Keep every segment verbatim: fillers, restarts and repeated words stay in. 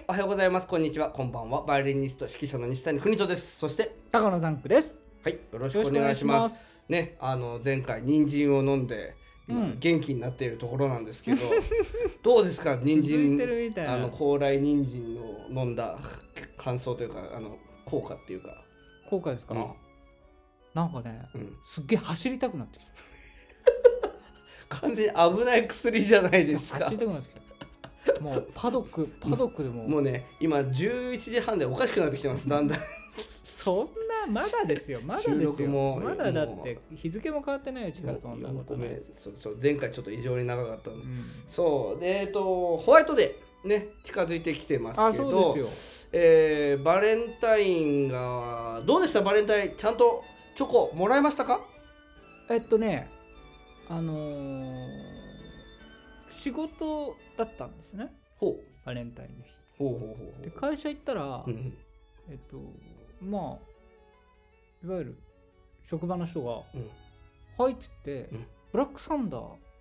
おはようございます。こんにちは。こんばんは。バイオリニスト指揮者の西谷邦人です。そして高野ザンクです。 はい、よろしくお願いします。ね、あの前回人参を飲んで今、うん、元気になっているところなんですけど、どうですか人参あの高麗人参の飲んだ感想というかあの効果っていうか効果ですか、うん、なんかね、うん、すっげえ走りたくなってきた。完全に危ない薬じゃないですか。 走りたくなってきた。もうパドックパドックでももうね今じゅういちじはんでおかしくなってきてます。だんだんそんなまだですよまだですよまだだって日付も変わってないうちからそんなことないです。 そうそう前回ちょっと異常に長かったんで、うん、そうでえっとホワイトデーね近づいてきてますけど、えー、バレンタインがどうでした？バレンタインちゃんとチョコもらえましたか？ えっとねあのー、仕事だったんですね。 ほうバレンタインの日。 ほうほうほうほうで会社行ったら、うん、えっとまあいわゆる職場の人が「うん、はい」っつって、うん、ブラックサンダー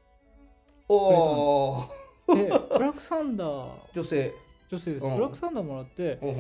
おーでブラックサンダー女性女性です、うん、ブラックサンダーもらって、うん、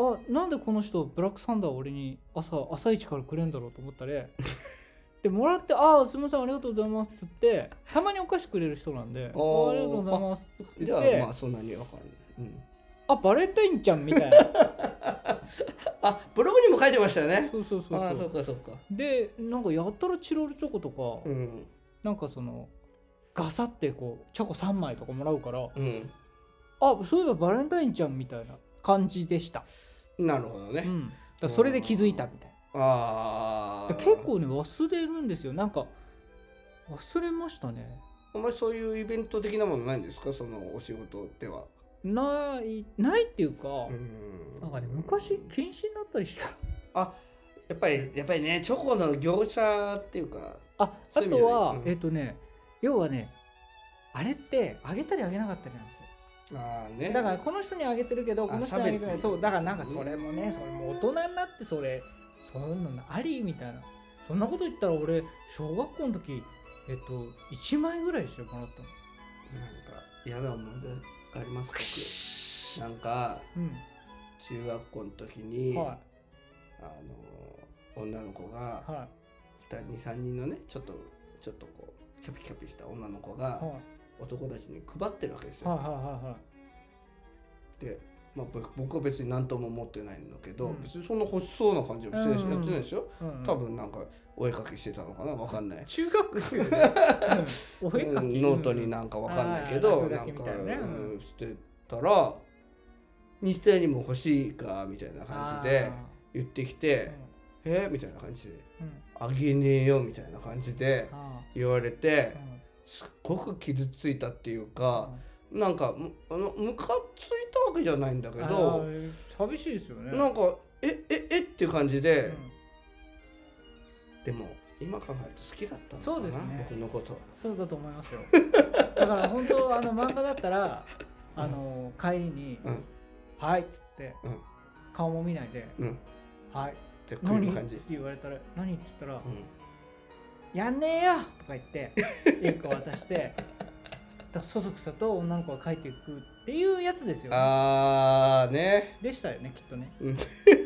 あなんでこの人ブラックサンダーを俺に朝朝一からくれんだろうと思ったらでもらってああすみませんありがとうございますっつってたまにお菓子くれる人なんで あ, ありがとうございますって言ってじゃあまあそんなにわかんない、うんあバレンタインちゃんみたいなあブログにも書いてましたよね。 そうそうそうそうあそうかそうかでなんかやったらチロルチョコとか、 うん、 なんかそのガサってこうチョコさんまいとかもらうから、 うん、 あそういえばバレンタインちゃんみたいな感じでした。 なるほどね、 うん、だそれで気づいたみたいな。 あ結構ね忘れるんですよ。なんか忘れましたね。 お前そういうイベント的なものないんですか？そのお仕事では。 ないないっていうか、うんなんかね昔禁止になったりした。 あやっぱりやっぱりねチョコの業者っていうかああとは、うん、えっとね要はねあれってあげたりあげなかったりなんですよ。 あね、 だからこの人にあげてるけどこの人にあげてないそうだからなんかそれもねそれも大人になってそれそういうのありみたいなそんなこと言ったら俺小学校の時えっといちまいぐらいしてもらったの。なんか嫌な思い出ありますなんか、うん、中学校の時に、はい、あの女の子が、はい、にさんにんのねちょっとちょっとこうキャピキャピした女の子が、はい、男たちに配ってるわけですよ。はいはいはいはい、で、まあ、僕は別に何とも思ってないんだけど、うん、別にそんな欲しそうな感じはして、うんうん、やってないですよ、うんうん、多分なんかお絵かきしてたのかなわかんない中学生で、うん、お絵かきノートになんかわかんないけどなんか、ねうん、してたら西谷にも欲しいかみたいな感じで言ってきてえみたいな感じで、うん、あげねえよみたいな感じで言われてすっごく傷ついたっていうか、うん、なんかあのムカついたわけじゃないんだけど寂しいですよね。 なんかえええっていう感じで、うん、でも今考えると好きだったのかな。そうですね僕のことそうだと思いますよだから本当あの漫画だったらあの帰りに、うん、はいっつって、うん、顔も見ないで、うん、はいって何って言われたら何って言ったら、うん、やんねえよとか言って一個渡してそそくさと女の子が帰っていくっていうやつですよね。 あーねでしたよねきっとね、うん、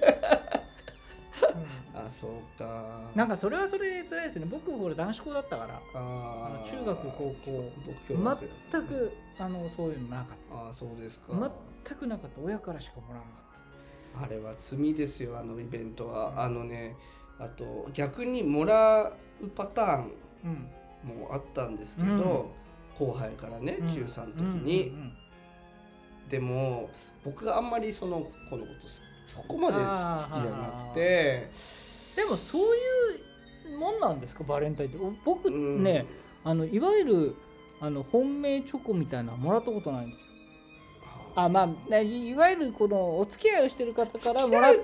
あそうかなんかそれはそれで辛いですね。僕ほら男子校だったからあ中学高校全くあのそういうのなかった。 あそうですか全くなかった。親からしかもらわなかった。 あれは罪ですよあのイベントは、うん、あのねあと逆にもらうパターンもあったんですけど、うん、後輩からね、うん、中さんの時に、うんうんうん、でも僕があんまりその子のことそこまで好きじゃなくてでもそういうもんなんですかバレンタインって。僕ね、うん、あのいわゆるあの本命チョコみたいなのもらったことないんですよ。あまあ、いわゆるこのお付き合いをしてる方からもらった、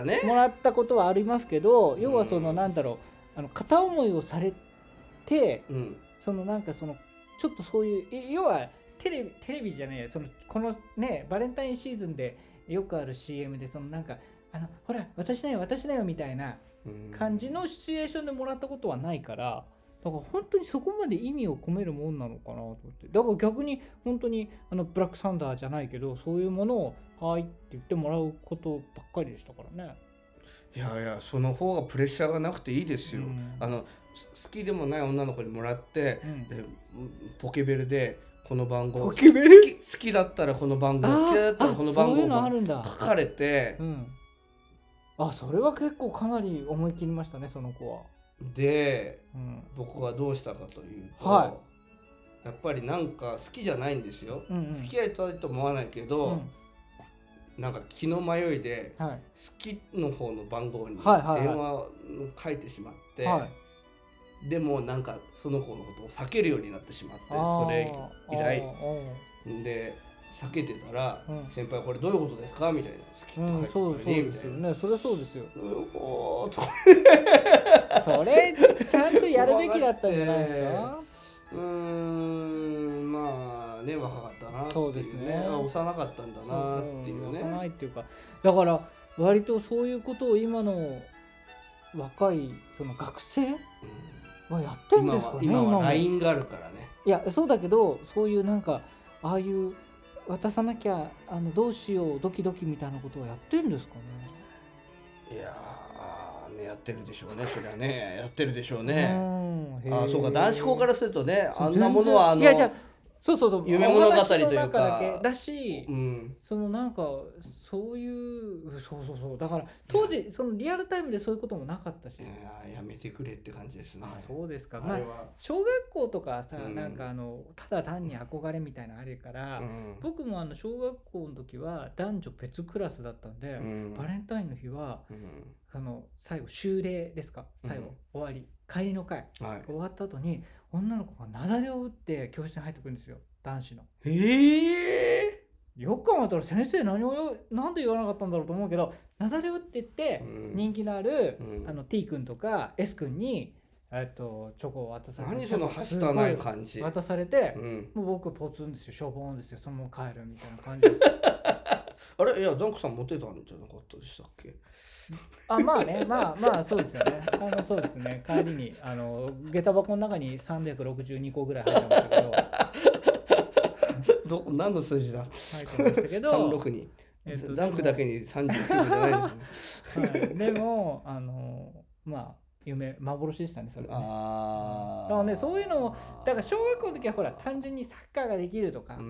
ね、もらったことはありますけど、要はそのなんだろうあの片思いをされて、うん、そのなんかそのちょっとそういう要はテレビテレビじゃねえそのこのねバレンタインシーズンでよくある シーエム でそのなんかあのほら私だよ私だよみたいな感じのシチュエーションでもらったことはないからだから本当にそこまで意味を込めるもんなのかなと思って、だから逆に本当にあのブラックサンダーじゃないけどそういうものをはいって言ってもらうことばっかりでしたからね。 いやいや、その方がプレッシャーがなくていいですよ、うん、あの好きでもない女の子にもらって、うん、でポケベルでこの番号ポケベル好き、好きだったらこの番号、好きだったらこの番号が書かれて、 うん、あ、それは結構かなり思い切りましたね、その子は。 で、うん、僕はどうしたかというと、はい、やっぱりなんか好きじゃないんですよ、うんうん、付き合いたいと思わないけど、うん、なんか気の迷いで、はい、好きの方の番号に電話を書いてしまって、はいはいはい、でもなんかその子のことを避けるようになってしまって、それ以来で避けてたら、うん、先輩これどういうことですかみたいな、好きって書いてたのに、みたいな、ね、 それはそうですよ。 おーとそれちゃんとやるべきだったんじゃないですか。 うーん、まあね、若かったなっていうね、そうですね、幼かったんだなっていうね。 幼いっていうか、だから割とそういうことを今の若いその学生はやってるんですかね。 今は、今は ライン があるからね。 いやそうだけど、そういうなんかああいう渡さなきゃあのどうしようドキドキみたいなことはやってるんですかね。いやー、ね、やってるでしょうね。それはね、やってるでしょうね。うん、あ、そうか、男子校からするとね、あんなものはあの、いやじゃそうそうそう、 夢物語というかだ, だし、うん、そのなんかそういうそうそうそうだから当時そのリアルタイムでそういうこともなかったし、いややめてくれって感じですね。 あ、そうですか。まあ小学校とかさ、うん、なんかあのただ単に憧れみたいなのあるから、うん、僕もあの小学校の時は男女別クラスだったんで、うん、バレンタインの日は、うん、あの最後終礼ですか、最後、うん、終わり帰りの会、はい、終わった後に女の子が雪崩を打って教室に入ってくるんですよ、男子の。 えー、よく考えたら先生何をなんで言わなかったんだろうと思うけど、雪崩を打ってって、うん、人気のある、うん、あの T 君とか S 君にえっとチョコを渡されて、 何そのはしたない感じ渡されて、うん、もう僕ポツンですよ、しょぼーんですよ、そのまま帰るみたいな感じですあれ、いやザンクさんモテたんじゃなかったでしたっけ。 あ、まあね、まあまあそうですよね。あのそうですね。帰りにあの下駄箱の中にさんびゃくろくじゅうにこぐらい入ってましたけど。 ど何の数字だ。 入ってましたけど。 さんじゅうろくに。えっと、ザンクだけにさんじゅうきゅうじゃないですね。 はい、でもあのまあ。夢幻でしたね、それはね。あ、だからね、そういうのをだから小学校の時はほら単純にサッカーができるとか、うん、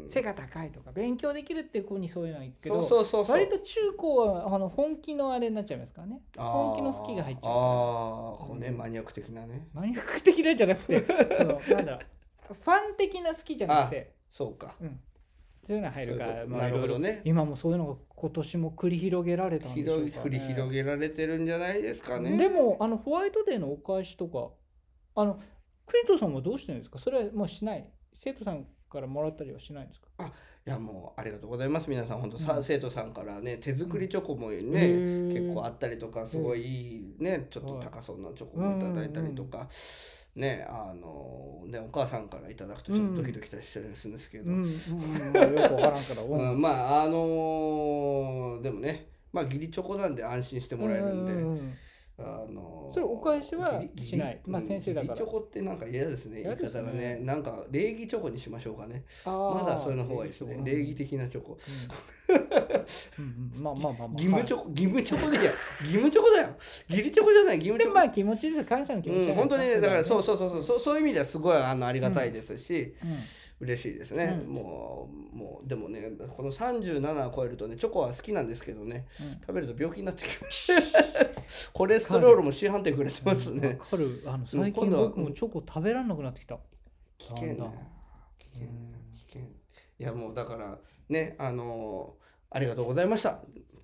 背が高いとか勉強できるっていう子にそういうのは言うけど、そうそうそうそう、割と中高はあの本気のあれになっちゃいますからね。本気の好きが入っちゃうから。ああ、 こうね、マニアック的なね。 マニアック的なんじゃなくてそのなんだろう、ファン的な好きじゃなくて、 そうか、うん、 そういうの入るから、 まあ、なるほどね。 今もそういうのが今年も繰り広げられたんでしょうかね。 繰り広げられてるんじゃないですかね。 でもあのホワイトデーのお返しとか、あのクリントさんはどうしてるんですか。それはもうしない、生徒さんからもらったりはしないんですか。 あ、いやもうありがとうございます皆さん、本当、うん、生徒さんからね手作りチョコもね、うん、結構あったりとか、すごいいいね、ちょっと高そうなチョコもいただいたりとか、ね、あのね、お母さんからいただくとちょっとドキドキしたりするんですけど、うんうんうん、よくわからんから、うん、まああのー、でもね、まあ義理チョコなんで安心してもらえるんで、うんうんうん、あのー、 それお返しはしない、まあ先生だから。 義理チョコってなんか嫌ですね、言い方がね、なんか礼儀チョコにしましょうかね。まだそれの方がいいですね、礼儀的なチョコ。 うんうん、まあまあまあまあ。 義務チョコ、義務チョコでいや、義務チョコだよ。義理チョコじゃない、義務チョコ。 でまあ気持ちです、感謝の気持ちです、 うん、本当にね、だからそうそうそうそう、そう、そういう意味ではすごいあのありがたいですし、うんうん、嬉しいですね、うん、もうもうでもね、このさんじゅうななを超えるとね、チョコは好きなんですけどね、うん、食べると病気になってきますコレステロールも C 判定くれてますね。 わかる、あの最近僕もチョコ食べられなくなってきた。 危険ね、危険、危険。いやもうだからね、あのー、ありがとうございました。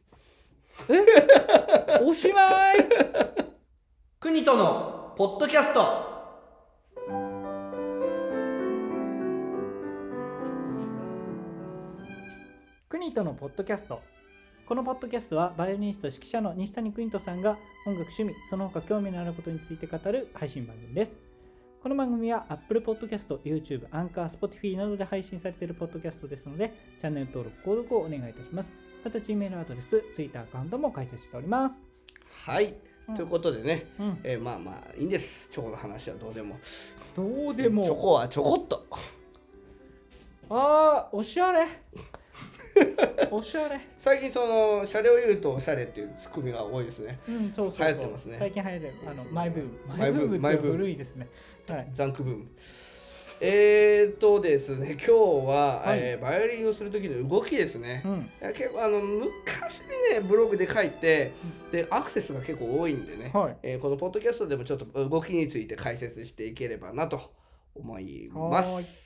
えおしまい。 国とのポッドキャスト。 国とのポッドキャスト。このポッドキャストはバイオリニスト指揮者の西谷邦人さんが音楽、趣味、その他興味のあることについて語る配信番組です。この番組は Apple Podcast、YouTube、Anchor、Spotify などで配信されているポッドキャストですので、チャンネル登録、購読をお願いいたします。また Gmail アドレス、Twitter アカウントも開設しております。 はい。 うん、ということでね、うん、えー、まあまあいいんです。チョコの話はどうでもどうでもチョコはちょこっと。 あーおしゃれおしゃれ。 最近そのシャレを言うとおしゃれっていうツッコミが多いですね。 うん、そうそうそう、 流行ってますね。 最近流行ってるあのマイブームマイブームって古いですね。 はい、ザンクブーム。えーとですね、今日は、はい、えー、バイオリンをする時の動きですね。うん、結構あの昔にねブログで書いて、うん、でアクセスが結構多いんでね、はい、えー、このポッドキャストでもちょっと動きについて解説していければなと思います。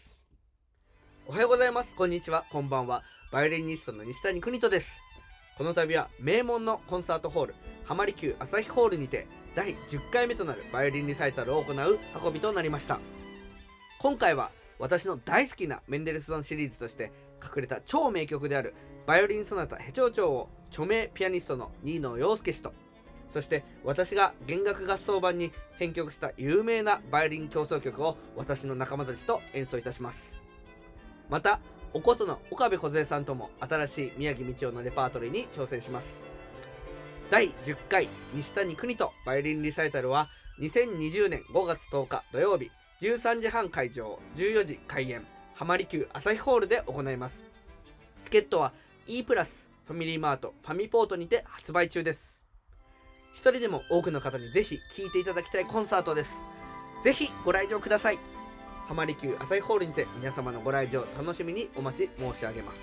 おはようございます。こんにちは。こんばんは。バイオリニストの西谷邦人です。この度は名門のコンサートホール浜離宮朝日ホールにてだいじゅっかいめとなるバイオリンリサイタルを行う運びとなりました。今回は私の大好きなメンデルスゾンシリーズとして隠れた超名曲であるバイオリンソナタヘチョウチョウを著名ピアニストの新野陽介氏と、そして私が弦楽合奏版に編曲した有名なバイオリン協奏曲を私の仲間たちと演奏いたします。またおことの岡部梢さんとも新しい宮城道夫のレパートリーに挑戦します。だいじゅっかい西谷邦人バイオリンリサイタルはにせんにじゅうねんごがつとおか土曜日じゅうさんじはん会場じゅうよじ開演浜離宮朝日ホールで行います。チケットは E プラスファミリーマートファミポートにて発売中です。一人でも多くの方にぜひ聴いていただきたいコンサートです。ぜひご来場ください。浜離宮朝日ホールにて皆様のご来場楽しみにお待ち申し上げます。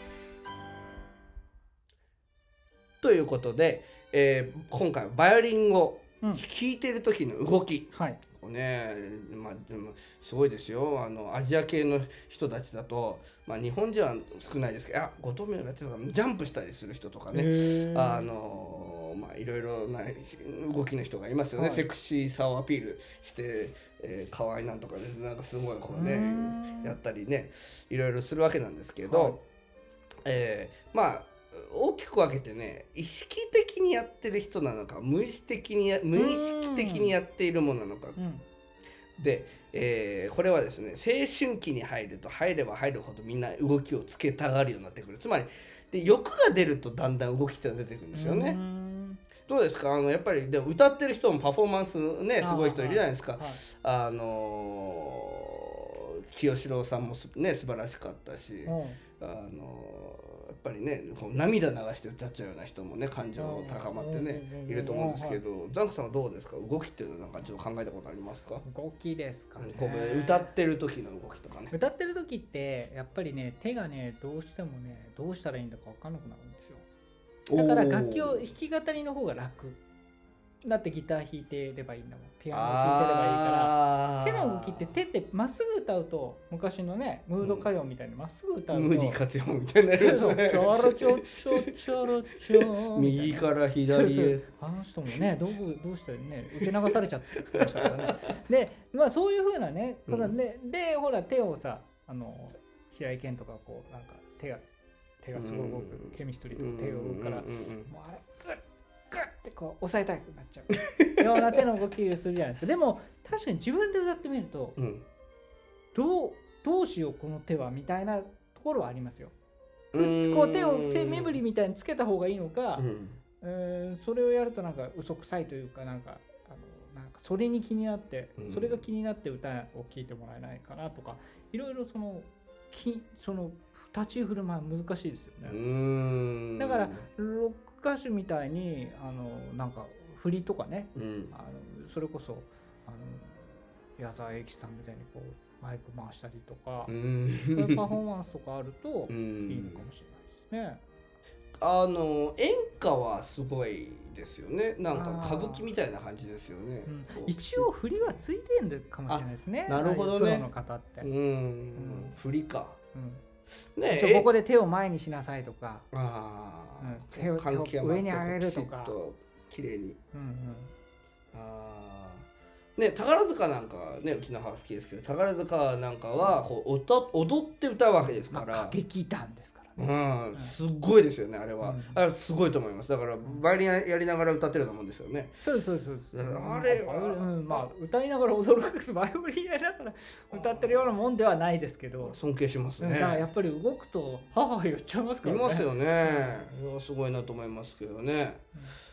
ということで、えー、今回はバイオリンを弾いてる時の動き、うん、はいね、まあでもすごいですよ。あのアジア系の人たちだと、まあ、日本人は少ないですけど、あ後藤美がやってたからジャンプしたりする人とかね、あのまあいろいろな動きの人がいますよね、はい、セクシーさをアピールして、えー、可愛いなんとかでなんかすごいこうねやったりねいろいろするわけなんですけど、はい、えー、まあ大きく分けてね、意識的にやってる人なのか無意識的にや無意識的にやっているものなのか、うん、で、えー、これはですね青春期に入ると入れば入るほどみんな動きをつけたがるようになってくる。つまりで欲が出るとだんだん動きって出てくるんですよね。どうですか？あのやっぱりでも歌ってる人もパフォーマンスねすごい人いるじゃないですか。あ、はいはい、あのー、清志郎さんもね素晴らしかったし、うん、あのやっぱりねこう涙流して歌っちゃうような人もね感情高まってねいると思うんですけど、ザンクさんはどうですか？動きっていうのなんかちょっと考えたことありますか？ 動きですかね。 こう歌ってる時の動きとかね。 歌ってる時ってやっぱりね手がねどうしてもねどうしたらいいんだか分かんなくなるんですよ。だから楽器を弾き語りの方が楽だってギター弾いてればいいんだもん、ピアノ弾いてればいいから。手の動きって手ってまっすぐ歌うと昔のねムード歌謡みたいにまっすぐ歌うと、うん、 無理活用みたいになるよね。そうそうチョロチョチョチョロチョ右から左へ。そうそうあの人もねどうどうしてね受け流されちゃってましたからね。でまあそういう風なね、うん、ででほら手をさあの平井堅とかこうなんか手が手がすごい動く、うん、ケミストリーとか手が動くから、うんうんうん、もうあれグッグッってこう押さえたくなっちゃうような手の動きをするじゃないですか。でも確かに自分で歌ってみると、うん、どうどうしようこの手はみたいなところはありますよ。こう手を手身振りみたいにつけた方がいいのか、うんえー、それをやるとなんか嘘くさいというかなんかあのなんかそれに気になって、うん、それが気になって歌を聴いてもらえないかなとかいろいろそのきその立ち振る舞い難しいですよね。うーんだからロック歌手みたいにあのなんか振りとかね、うん、あのそれこそあの矢沢永吉さんみたいにこうマイク回したりとか、うん、そういうパフォーマンスとかあるといいのかもしれないですね。 あの演歌はすごいですよね。なんか歌舞伎みたいな感じですよね。 うん、一応振りはついてんかもしれないですね。 なるほどね。プロの方って。うん、 うん、振りか。うんね、ここで手を前にしなさいとか、あ、うん、手を上に上げるとかきれいに、うんうん、あね、宝塚なんかねうちの母好きですけど宝塚なんかはこう踊踊って歌うわけですから、 まあ、歌劇団ですからね、 うんうん、すごいですよねあれは、うん、あれすごいと思います。だからバイオリンやりながら歌ってるようなもんですよね。 そうですそうですそうです。 あれは、 うん、まあ歌いながら踊るバイオリンやりながら歌ってるようなもんではないですけど尊敬しますね。 だからやっぱり動くと母言っちゃいますからね。 いますよね、うん、いやすごいなと思いますけどね、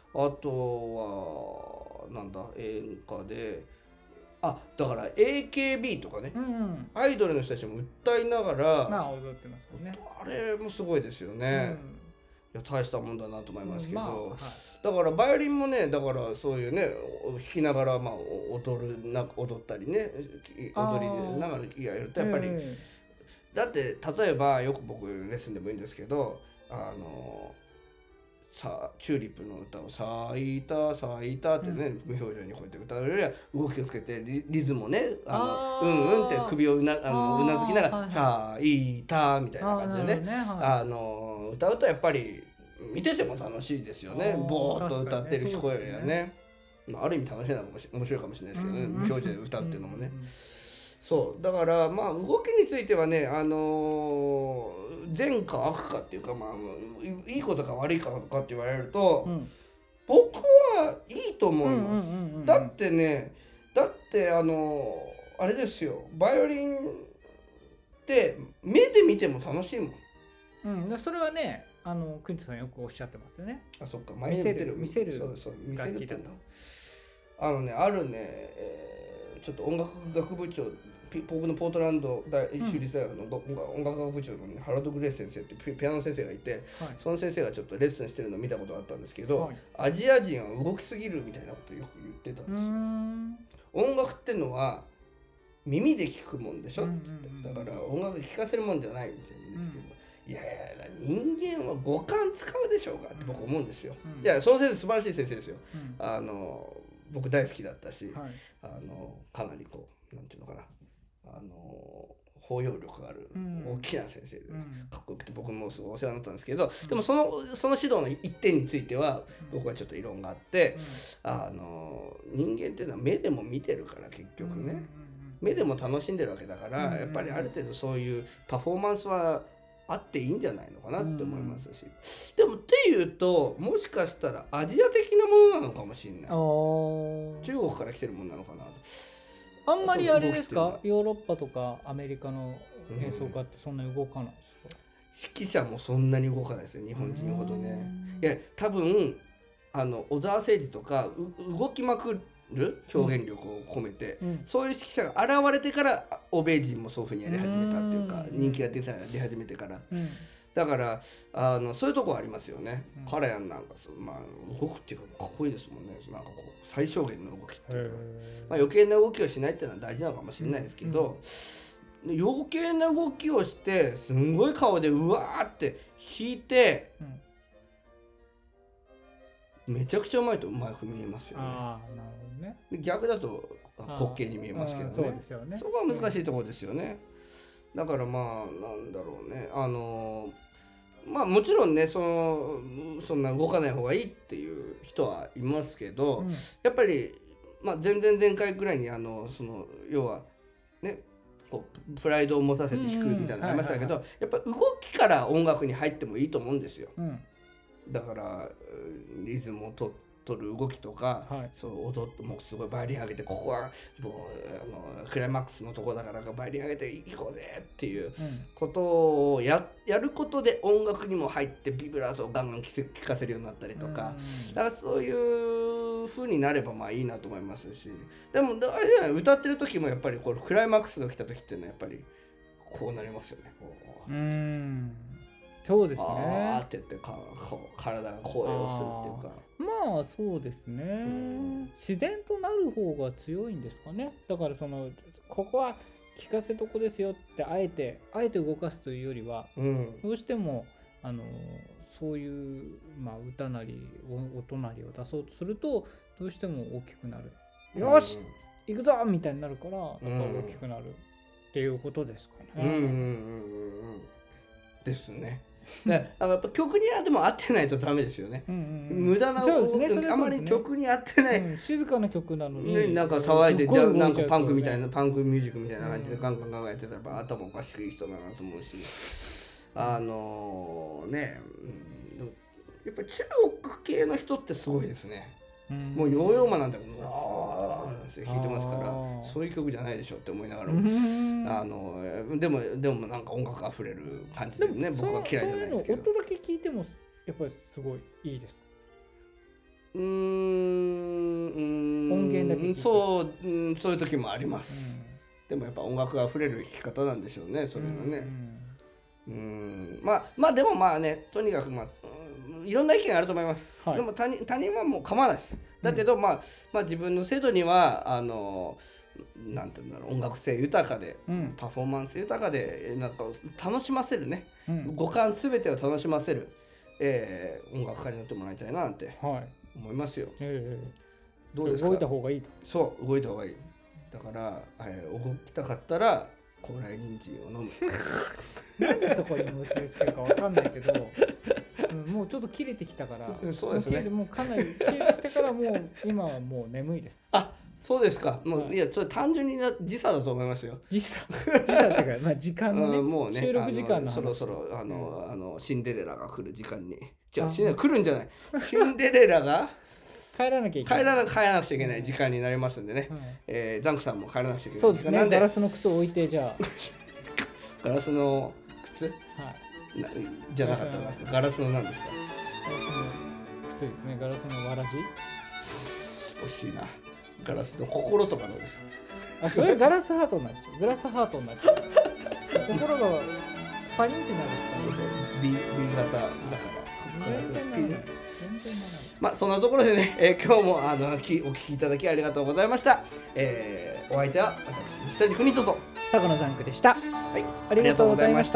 あとはなんだ演歌であだから エーケービー とかね、うんうん、アイドルの人たちも歌いながら、 まあ、踊ってますよね。 あれもすごいですよね、うん、いや大したもんだなと思いますけど、うんまあはい、だからバイオリンもねだからそういうね弾きながら、まあ、踊るな踊ったりね踊りながらやるとやっぱり、だって例えばよく僕レッスンでもいいんですけどあのさチューリップの歌を咲いた咲いたってね、うん、無表情にこうやって歌うよりは動きをつけて リ, リズムをねあのうんうんって首をうなあのうなずきながら咲いたみたいな感じでね、ねはい、あの歌うとやっぱり見てても楽しいですよね。ボーっと歌ってる聞こえるよね。まあ、ある意味楽しいな面白いかもしれないですけどね、うん、無表情で歌うっていうのもね、うん、そうだからまあ動きについてはねあのー、善か悪かっていうかまあいいことか悪いかとかって言われると、うん、僕はいいと思います、うんうんうんうん、だってねだってあのー、あれですよバイオリンって目で見ても楽しいもん、 うん、それはねあのクイントさんよくおっしゃってますよね。 あそっか前に見てる見せるそうそう見せるっていうのあのねあるね、えー、ちょっと音楽学部長僕のポートランド大州立大学の音楽学部長の、ね、ハラド・グレース先生ってピアノの先生がいて、はい、その先生がちょっとレッスンしてるのを見たことがあったんですけど、はい、アジア人は動きすぎるみたいなことをよく言ってたんですよ。音楽ってのは耳で聞くもんでしょって言って、だから音楽聴かせるもんじゃないみたいなんですけど、うん、いやいや人間は五感使うでしょうかって僕思うんですよ、うん、いやその先生素晴らしい先生ですよ、うん、あの僕大好きだったし、はい、あのかなりこうなんていうのかなあの包容力がある大きな先生で、うん、かっこよくて僕もすごいお世話になったんですけど、うん、でもそのその指導の一点については僕はちょっと異論があって、うん、あの人間っていうのは目でも見てるから結局ね、うん、目でも楽しんでるわけだから、うん、やっぱりある程度そういうパフォーマンスはあっていいんじゃないのかなって思いますし、うん、でもっていうともしかしたらアジア的なものなのかもしれない。中国から来てるものなのかな。 あんまりあれですかヨーロッパとかアメリカの演奏家ってそんなに動かないですか、 うん、指揮者もそんなに動かないですよ日本人ほどね。いや多分あの小沢誠二とか動きまくる表現力を込めて、うん、そういう指揮者が現れてから欧米人もそういうふうにやり始めたっていうか、うん、人気が出た出始めてから、うん、だからあのそういうとこありますよね、うん、彼はなんか、まあ、動くっていうかかっこいいですもんね。なんかこう最小限の動きっていうか、まあ、余計な動きをしないっていうのは大事なのかもしれないですけど、うんうん、余計な動きをしてすんごい顔でうわーって弾いて、うん、めちゃくちゃうまいとうまく見えますよね。あーなるほどね。で逆だと滑稽に見えますけどね。そうですよね。そこは難しいところですよね、うん、だからまあなんだろうねあのまあもちろんねそのそんな動かない方がいいっていう人はいますけど、うん、やっぱり、まあ、前々前回ぐらいにあのその要はねこうプライドを持たせて弾くみたいなのありましたけど、やっぱ動きから音楽に入ってもいいと思うんですよ、うん、だからリズムをと取る動きとか、はい、そう踊ってもうすごいバイオリン上げてここはもうあのクライマックスのとこだからバイオリン上げていこうぜっていうことを や, やることで音楽にも入ってビブラートをガンガン聴かせるようになったりとか、うん、だからそういう風になればまあいいなと思いますし、でもあれじゃない歌ってる時もやっぱりこれクライマックスが来た時っていうのはやっぱりこうなりますよね。 うーんそうですね。 あーって言ってか体が声をするっていうか。 まあそうですね、うん、自然となる方が強いんですかね。だからそのここは聞かせとこですよってあえてあえて動かすというよりは、うん、どうしてもあのそういう、まあ、歌なり音なりを出そうとするとどうしても大きくなる、うん、よし行くぞみたいになるからやっぱ大きくなるっていうことですかね。うんうんうんうん、 ですね。だからやっぱ曲にでも合ってないとダメですよね、うんうんうん、無駄なそうですね、それそうですね、あまり曲に合ってない、 うん、静かな曲なのに、 ね、なんか騒いでじゃあなんかパンクみたいなパンクミュージックみたいな感じでガンガンガンガンやってたら、うん、頭おかしい人だなと思うし、あのー、ね、うん、やっぱり中国系の人ってすごいですね、うん、もうヨーヨーマなんてああって弾いてますからそういう曲じゃないでしょって思いながらも、うん、あのでもでもなんか音楽あふれる感じでね僕は嫌いじゃないですけど、 音だけ聞いてもやっぱりすごいいいですか。 うーん音源だけ聞くそう、うん、そういう時もあります、うん、でもやっぱ音楽が溢れる弾き方なんでしょうねそれがね、うん、うんまあまあでもまあねとにかくまあいろんな意見があると思います、はい、でも他人、他人はもう構わないです。だけど、うんまあ、まあ自分の制度にはあのなんていうんだろう音楽性豊かで、うん、パフォーマンス豊かでなんか楽しませるね、うん、五感すべてを楽しませる、えー、音楽家になってもらいたいななんて思いますよ、はいえー、どうですか。 動いた方がいいと。 そう動いた方がいい。だから、えー、動きたかったら高麗人参を飲むなんでそこに結びつけるか分かんないけどうん、もうちょっと切れてきたからそうですねもうかなり切れてきたからもう今はもう眠いです。 あそうですか。もう、はい、いやそれ単純にな時差だと思いますよ。 時差時差っていうか、まあ、時間のね、うん、もうね収録時間の話そろそろあの、うん、あのシンデレラが来る時間にじゃあシンデレラ来るんじゃないシンデレラが帰らなきゃいけない帰らな、帰らなくちゃいけない時間になりますんでね、はいえー、ザンクさんも帰らなくちゃいけないそうですね。ガラスの靴を置いてじゃあガラスの靴、はい、なじゃなかったんですか。ガラスの何ですか。 ガラスの靴ですね。ガラスのわらじ惜しいな。ガラスの心とかどうですか。 あそれガラスハートになっちゃう。グラスハートになっちゃう心がパリンってなるんですかね。 そうそう B, B 型だから全然ならない全然ならない。まあそんなところでね、えー、今日もあのお聞きいただきありがとうございました、えー、お相手は私西谷邦人と高野ザンクでした。 はい、 ありがとうございました。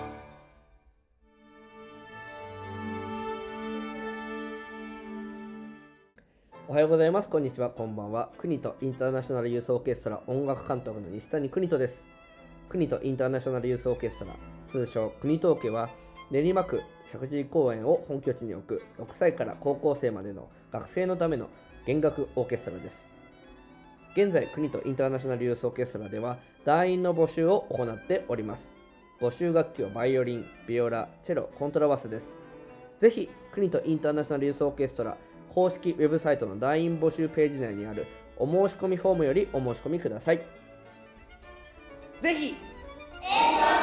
おはようございます。こんにちは。こんばんは。国とインターナショナルユースオーケストラ音楽監督の西谷邦人です。国とインターナショナルユースオーケストラ、通称国東家は練馬区石神井公園を本拠地に置くろくさいから高校生までの学生のための弦楽オーケストラです。現在、国とインターナショナルユースオーケストラでは団員の募集を行っております。募集楽器はバイオリン、ビオラ、チェロ、コントラバスです。ぜひ、国とインターナショナルユースオーケストラ公式ウェブサイトの団員募集ページ内にあるお申し込みフォームよりお申し込みください。ぜひ演奏